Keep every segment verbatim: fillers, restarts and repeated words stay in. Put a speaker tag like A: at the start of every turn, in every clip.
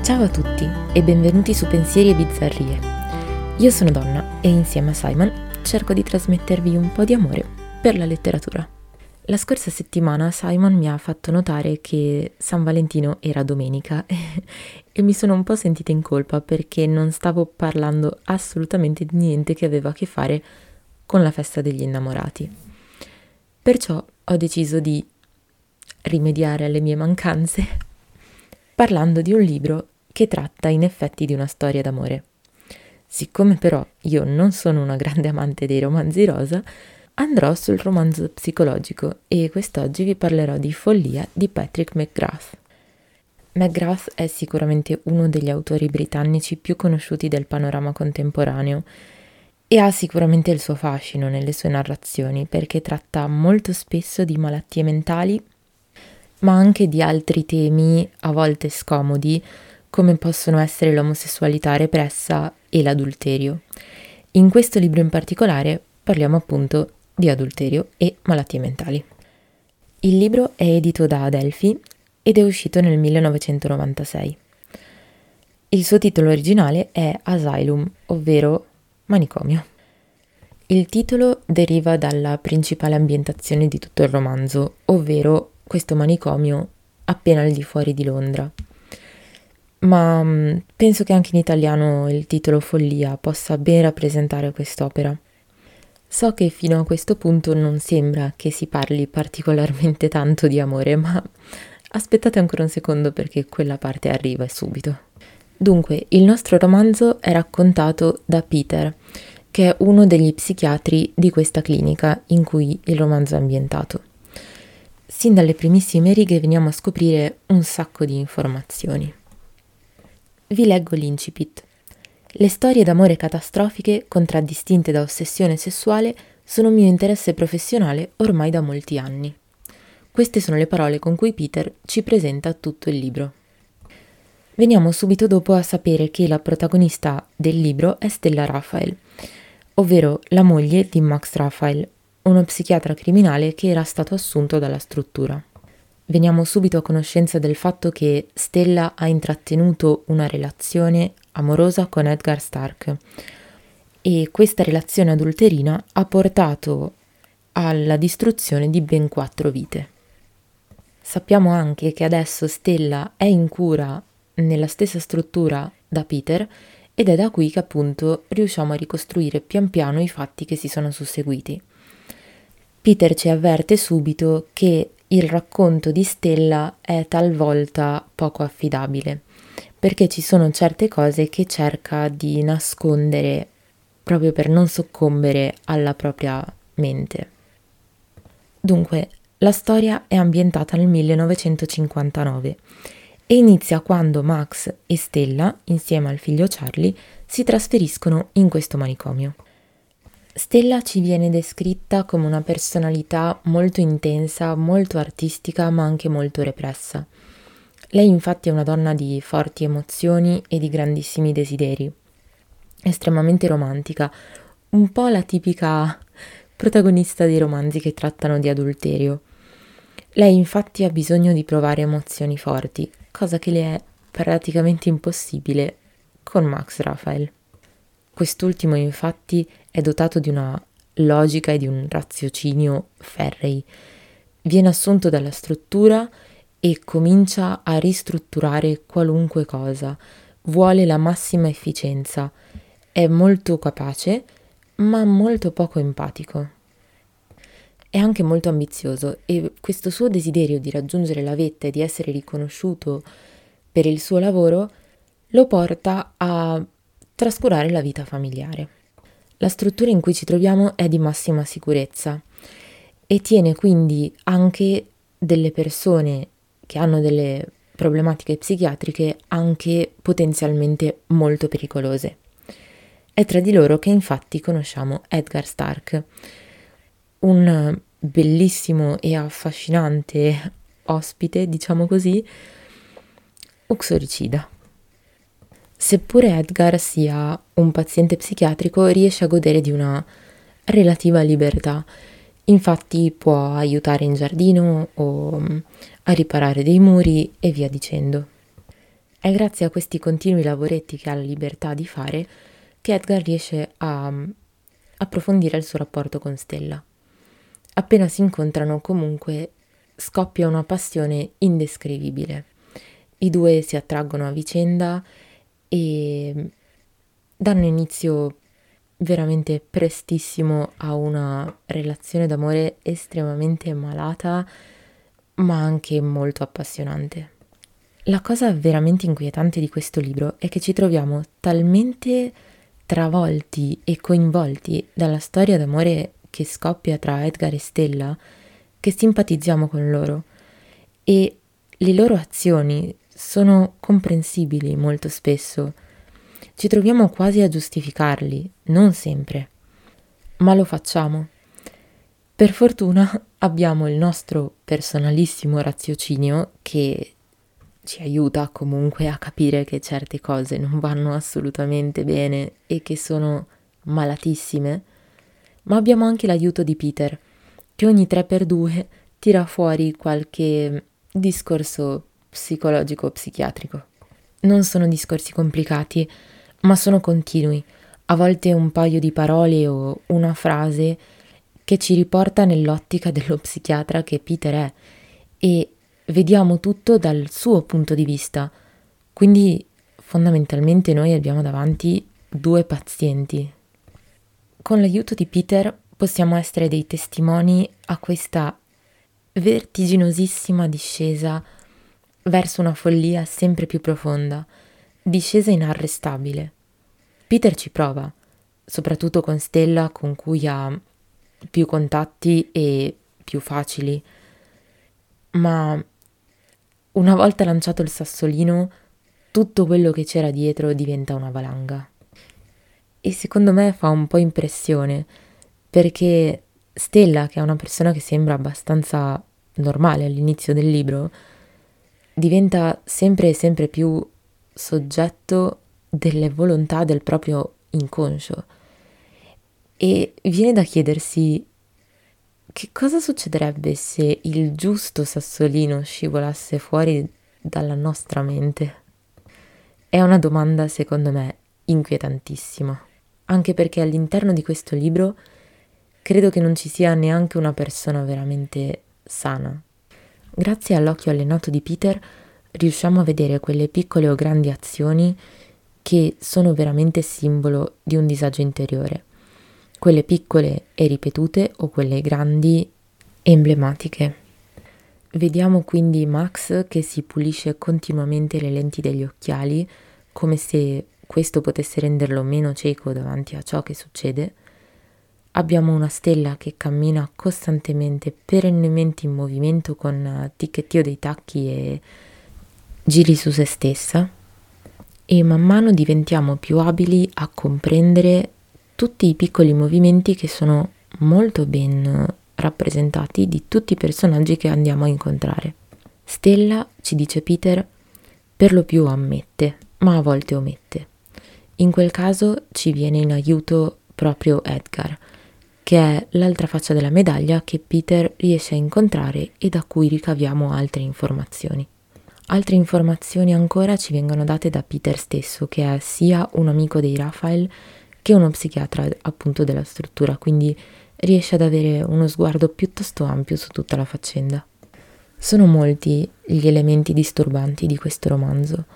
A: Ciao a tutti e benvenuti su Pensieri e Bizzarrie. Io sono Donna e insieme a Simon cerco di trasmettervi un po' di amore per la letteratura. La scorsa settimana Simon mi ha fatto notare che San Valentino era domenica e mi sono un po' sentita in colpa perché non stavo parlando assolutamente di niente che aveva a che fare con la festa degli innamorati. Perciò ho deciso di rimediare alle mie mancanze parlando di un libro che tratta in effetti di una storia d'amore. Siccome però io non sono una grande amante dei romanzi rosa, andrò sul romanzo psicologico e quest'oggi vi parlerò di Follia di Patrick McGrath. McGrath è sicuramente uno degli autori britannici più conosciuti del panorama contemporaneo e ha sicuramente il suo fascino nelle sue narrazioni perché tratta molto spesso di malattie mentali, ma anche di altri temi a volte scomodi, come possono essere l'omosessualità repressa e l'adulterio. In questo libro in particolare parliamo appunto di adulterio e malattie mentali. Il libro è edito da Adelphi ed è uscito nel millenovecentonovantasei. Il suo titolo originale è Asylum, ovvero manicomio. Il titolo deriva dalla principale ambientazione di tutto il romanzo, ovvero questo manicomio appena al di fuori di Londra. Ma mh, penso che anche in italiano il titolo Follia possa ben rappresentare quest'opera. So che fino a questo punto non sembra che si parli particolarmente tanto di amore, ma aspettate ancora un secondo perché quella parte arriva subito. Dunque, il nostro romanzo è raccontato da Peter, che è uno degli psichiatri di questa clinica in cui il romanzo è ambientato. Sin dalle primissime righe veniamo a scoprire un sacco di informazioni. Vi leggo l'incipit. Le storie d'amore catastrofiche, contraddistinte da ossessione sessuale, sono mio interesse professionale ormai da molti anni. Queste sono le parole con cui Peter ci presenta tutto il libro. Veniamo subito dopo a sapere che la protagonista del libro è Stella Raphael, ovvero la moglie di Max Raphael, uno psichiatra criminale che era stato assunto dalla struttura. Veniamo subito a conoscenza del fatto che Stella ha intrattenuto una relazione amorosa con Edgar Stark e questa relazione adulterina ha portato alla distruzione di ben quattro vite. Sappiamo anche che adesso Stella è in cura nella stessa struttura da Peter ed è da qui che appunto riusciamo a ricostruire pian piano i fatti che si sono susseguiti. Peter ci avverte subito che il racconto di Stella è talvolta poco affidabile, perché ci sono certe cose che cerca di nascondere proprio per non soccombere alla propria mente. Dunque, la storia è ambientata nel millenovecentocinquantanove e inizia quando Max e Stella, insieme al figlio Charlie, si trasferiscono in questo manicomio. Stella ci viene descritta come una personalità molto intensa, molto artistica, ma anche molto repressa. Lei infatti è una donna di forti emozioni e di grandissimi desideri, estremamente romantica, un po' la tipica protagonista dei romanzi che trattano di adulterio. Lei infatti ha bisogno di provare emozioni forti, cosa che le è praticamente impossibile con Max Raphael. Quest'ultimo infatti è dotato di una logica e di un raziocinio ferrei. Viene assunto dalla struttura e comincia a ristrutturare qualunque cosa. Vuole la massima efficienza. È molto capace, ma molto poco empatico. È anche molto ambizioso e questo suo desiderio di raggiungere la vetta e di essere riconosciuto per il suo lavoro lo porta a trascurare la vita familiare. La struttura in cui ci troviamo è di massima sicurezza e tiene quindi anche delle persone che hanno delle problematiche psichiatriche anche potenzialmente molto pericolose. È tra di loro che infatti conosciamo Edgar Stark, un bellissimo e affascinante ospite, diciamo così, uxoricida. Seppure Edgar sia un paziente psichiatrico, riesce a godere di una relativa libertà. Infatti può aiutare in giardino o a riparare dei muri e via dicendo. È grazie a questi continui lavoretti che ha la libertà di fare che Edgar riesce a mm, approfondire il suo rapporto con Stella. Appena si incontrano, comunque, scoppia una passione indescrivibile. I due si attraggono a vicenda e danno inizio veramente prestissimo a una relazione d'amore estremamente malata, ma anche molto appassionante. La cosa veramente inquietante di questo libro è che ci troviamo talmente travolti e coinvolti dalla storia d'amore che scoppia tra Edgar e Stella che simpatizziamo con loro e le loro azioni sono comprensibili molto spesso. Ci troviamo quasi a giustificarli, non sempre, ma lo facciamo. Per fortuna abbiamo il nostro personalissimo raziocinio che ci aiuta comunque a capire che certe cose non vanno assolutamente bene e che sono malatissime, ma abbiamo anche l'aiuto di Peter, che ogni tre per due tira fuori qualche discorso psicologico-psichiatrico. Non sono discorsi complicati, ma sono continui, a volte un paio di parole o una frase che ci riporta nell'ottica dello psichiatra che Peter è e vediamo tutto dal suo punto di vista, quindi fondamentalmente noi abbiamo davanti due pazienti. Con l'aiuto di Peter possiamo essere dei testimoni a questa vertiginosissima discesa verso una follia sempre più profonda, discesa inarrestabile. Peter ci prova, soprattutto con Stella, con cui ha più contatti e più facili, ma una volta lanciato il sassolino, tutto quello che c'era dietro diventa una valanga. E secondo me fa un po' impressione, perché Stella, che è una persona che sembra abbastanza normale all'inizio del libro, diventa sempre e sempre più soggetto delle volontà del proprio inconscio. E viene da chiedersi che cosa succederebbe se il giusto sassolino scivolasse fuori dalla nostra mente? È una domanda, secondo me, inquietantissima, anche perché all'interno di questo libro credo che non ci sia neanche una persona veramente sana. Grazie all'occhio allenato di Peter riusciamo a vedere quelle piccole o grandi azioni che sono veramente simbolo di un disagio interiore. Quelle piccole e ripetute o quelle grandi e emblematiche. Vediamo quindi Max che si pulisce continuamente le lenti degli occhiali, come se questo potesse renderlo meno cieco davanti a ciò che succede. Abbiamo una Stella che cammina costantemente, perennemente in movimento con ticchettio dei tacchi e giri su se stessa, e man mano diventiamo più abili a comprendere tutti i piccoli movimenti che sono molto ben rappresentati di tutti i personaggi che andiamo a incontrare. Stella, ci dice Peter, per lo più ammette, ma a volte omette. In quel caso ci viene in aiuto proprio Edgar, che è l'altra faccia della medaglia che Peter riesce a incontrare e da cui ricaviamo altre informazioni. Altre informazioni ancora ci vengono date da Peter stesso, che è sia un amico dei Raphael che uno psichiatra appunto della struttura, quindi riesce ad avere uno sguardo piuttosto ampio su tutta la faccenda. Sono molti gli elementi disturbanti di questo romanzo.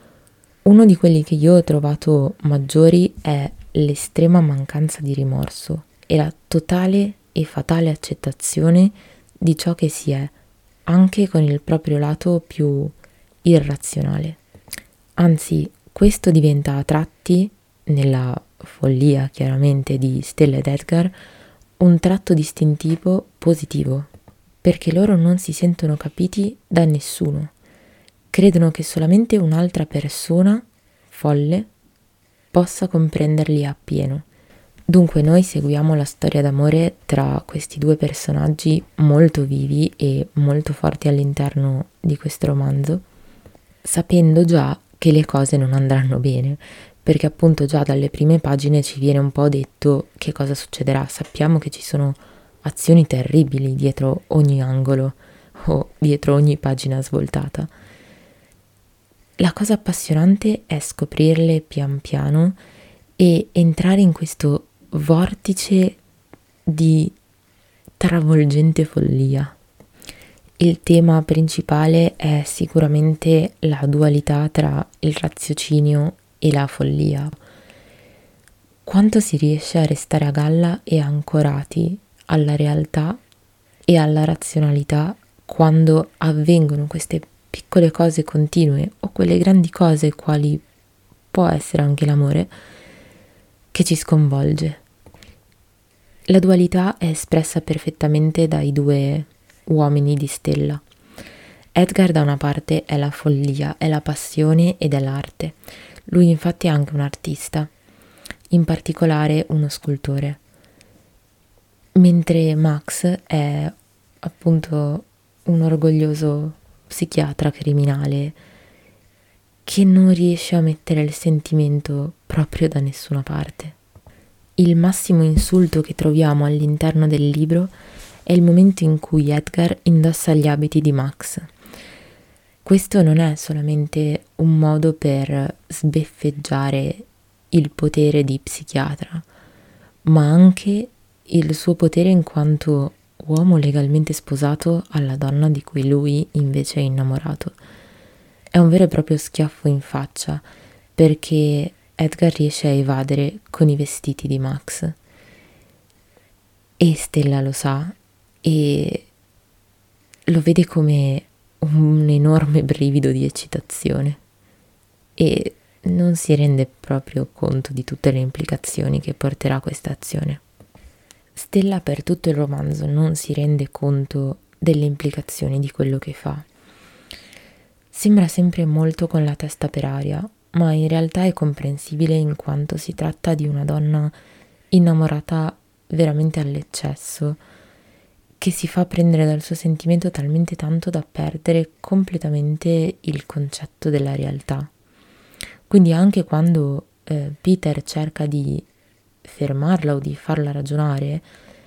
A: Uno di quelli che io ho trovato maggiori è l'estrema mancanza di rimorso e la totale e fatale accettazione di ciò che si è, anche con il proprio lato più irrazionale. Anzi, questo diventa a tratti, nella follia chiaramente di Stella ed Edgar, un tratto distintivo positivo, perché loro non si sentono capiti da nessuno. Credono che solamente un'altra persona, folle, possa comprenderli appieno. Dunque noi seguiamo la storia d'amore tra questi due personaggi molto vivi e molto forti all'interno di questo romanzo, sapendo già che le cose non andranno bene, perché appunto già dalle prime pagine ci viene un po' detto che cosa succederà. Sappiamo che ci sono azioni terribili dietro ogni angolo o dietro ogni pagina svoltata. La cosa appassionante è scoprirle pian piano e entrare in questo vortice di travolgente follia. Il tema principale è sicuramente la dualità tra il raziocinio e la follia. Quanto si riesce a restare a galla e ancorati alla realtà e alla razionalità quando avvengono queste piccole cose continue o quelle grandi cose quali può essere anche l'amore che ci sconvolge. La dualità è espressa perfettamente dai due uomini di Stella. Edgar da una parte è la follia, è la passione ed è l'arte. Lui infatti è anche un artista, in particolare uno scultore. Mentre Max è appunto un orgoglioso psichiatra criminale che non riesce a mettere il sentimento proprio da nessuna parte. Il massimo insulto che troviamo all'interno del libro è il momento in cui Edgar indossa gli abiti di Max. Questo non è solamente un modo per sbeffeggiare il potere di psichiatra, ma anche il suo potere in quanto uomo legalmente sposato alla donna di cui lui invece è innamorato. È un vero e proprio schiaffo in faccia, perché Edgar riesce a evadere con i vestiti di Max. E Stella lo sa e lo vede come un enorme brivido di eccitazione e non si rende proprio conto di tutte le implicazioni che porterà questa azione. Stella per tutto il romanzo non si rende conto delle implicazioni di quello che fa. Sembra sempre molto con la testa per aria, ma in realtà è comprensibile in quanto si tratta di una donna innamorata veramente all'eccesso, che si fa prendere dal suo sentimento talmente tanto da perdere completamente il concetto della realtà. Quindi anche quando eh, Peter cerca di fermarla o di farla ragionare,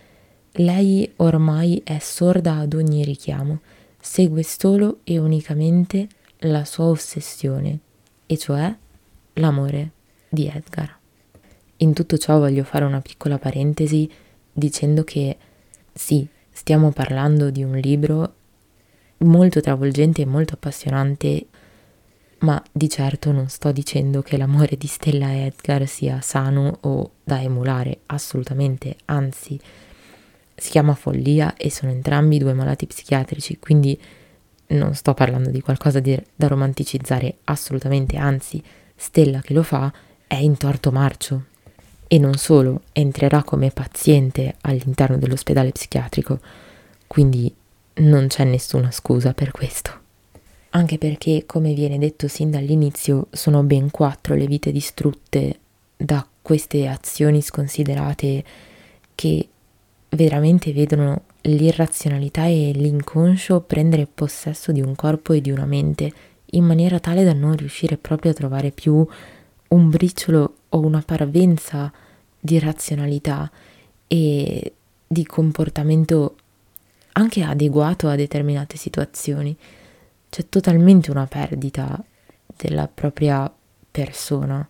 A: lei ormai è sorda ad ogni richiamo, segue solo e unicamente la sua ossessione, e cioè l'amore di Edgar. In tutto ciò voglio fare una piccola parentesi dicendo che sì, stiamo parlando di un libro molto travolgente e molto appassionante, ma di certo non sto dicendo che l'amore di Stella e Edgar sia sano o da emulare, assolutamente, anzi, si chiama follia e sono entrambi due malati psichiatrici, quindi non sto parlando di qualcosa di, da romanticizzare, assolutamente, anzi, Stella che lo fa è in torto marcio. E non solo, entrerà come paziente all'interno dell'ospedale psichiatrico, quindi non c'è nessuna scusa per questo. Anche perché, come viene detto sin dall'inizio, sono ben quattro le vite distrutte da queste azioni sconsiderate che veramente vedono l'irrazionalità e l'inconscio prendere possesso di un corpo e di una mente in maniera tale da non riuscire proprio a trovare più un briciolo o una parvenza di razionalità e di comportamento anche adeguato a determinate situazioni. C'è totalmente una perdita della propria persona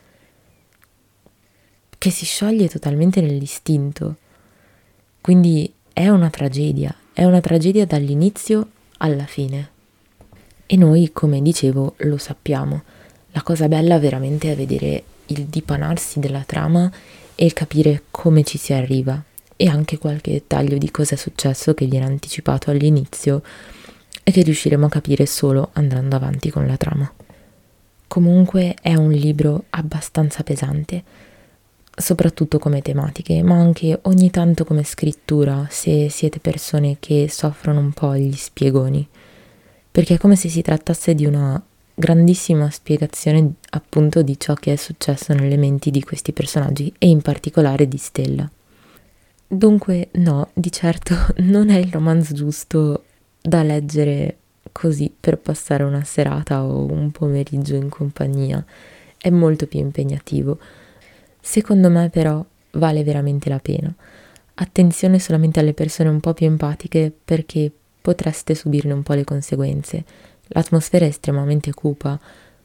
A: che si scioglie totalmente nell'istinto. Quindi è una tragedia, è una tragedia dall'inizio alla fine. E noi, come dicevo, lo sappiamo. La cosa bella veramente è vedere il dipanarsi della trama e il capire come ci si arriva, e anche qualche dettaglio di cosa è successo che viene anticipato all'inizio e che riusciremo a capire solo andando avanti con la trama. Comunque è un libro abbastanza pesante, soprattutto come tematiche, ma anche ogni tanto come scrittura, se siete persone che soffrono un po' gli spiegoni, perché è come se si trattasse di una grandissima spiegazione appunto di ciò che è successo nelle menti di questi personaggi e in particolare di Stella. Dunque no, di certo non è il romanzo giusto da leggere così per passare una serata o un pomeriggio in compagnia, è molto più impegnativo. Secondo me però vale veramente la pena. Attenzione solamente alle persone un po' più empatiche perché potreste subirne un po' le conseguenze. L'atmosfera è estremamente cupa,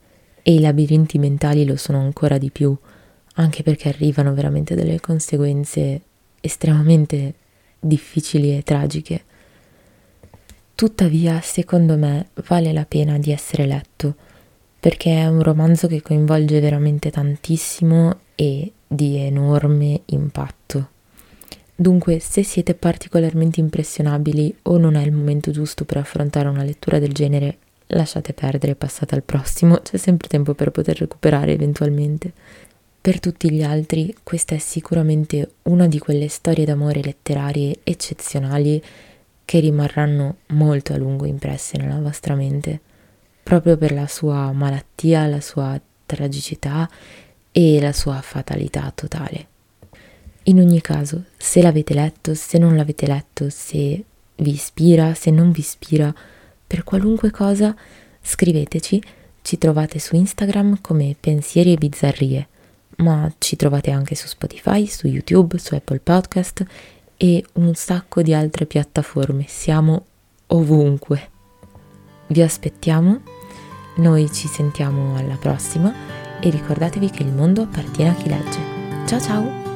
A: e i labirinti mentali lo sono ancora di più, anche perché arrivano veramente delle conseguenze estremamente difficili e tragiche. Tuttavia, secondo me, vale la pena di essere letto, perché è un romanzo che coinvolge veramente tantissimo e di enorme impatto. Dunque, se siete particolarmente impressionabili o non è il momento giusto per affrontare una lettura del genere, lasciate perdere e passate al prossimo, c'è sempre tempo per poter recuperare eventualmente. Per tutti gli altri, questa è sicuramente una di quelle storie d'amore letterarie eccezionali che rimarranno molto a lungo impresse nella vostra mente, proprio per la sua malattia, la sua tragicità e la sua fatalità totale. In ogni caso, se l'avete letto, se non l'avete letto, se vi ispira, se non vi ispira, per qualunque cosa, scriveteci, ci trovate su Instagram come Pensieri e Bizzarrie, ma ci trovate anche su Spotify, su YouTube, su Apple Podcast e un sacco di altre piattaforme, siamo ovunque. Vi aspettiamo, noi ci sentiamo alla prossima e ricordatevi che il mondo appartiene a chi legge. Ciao ciao!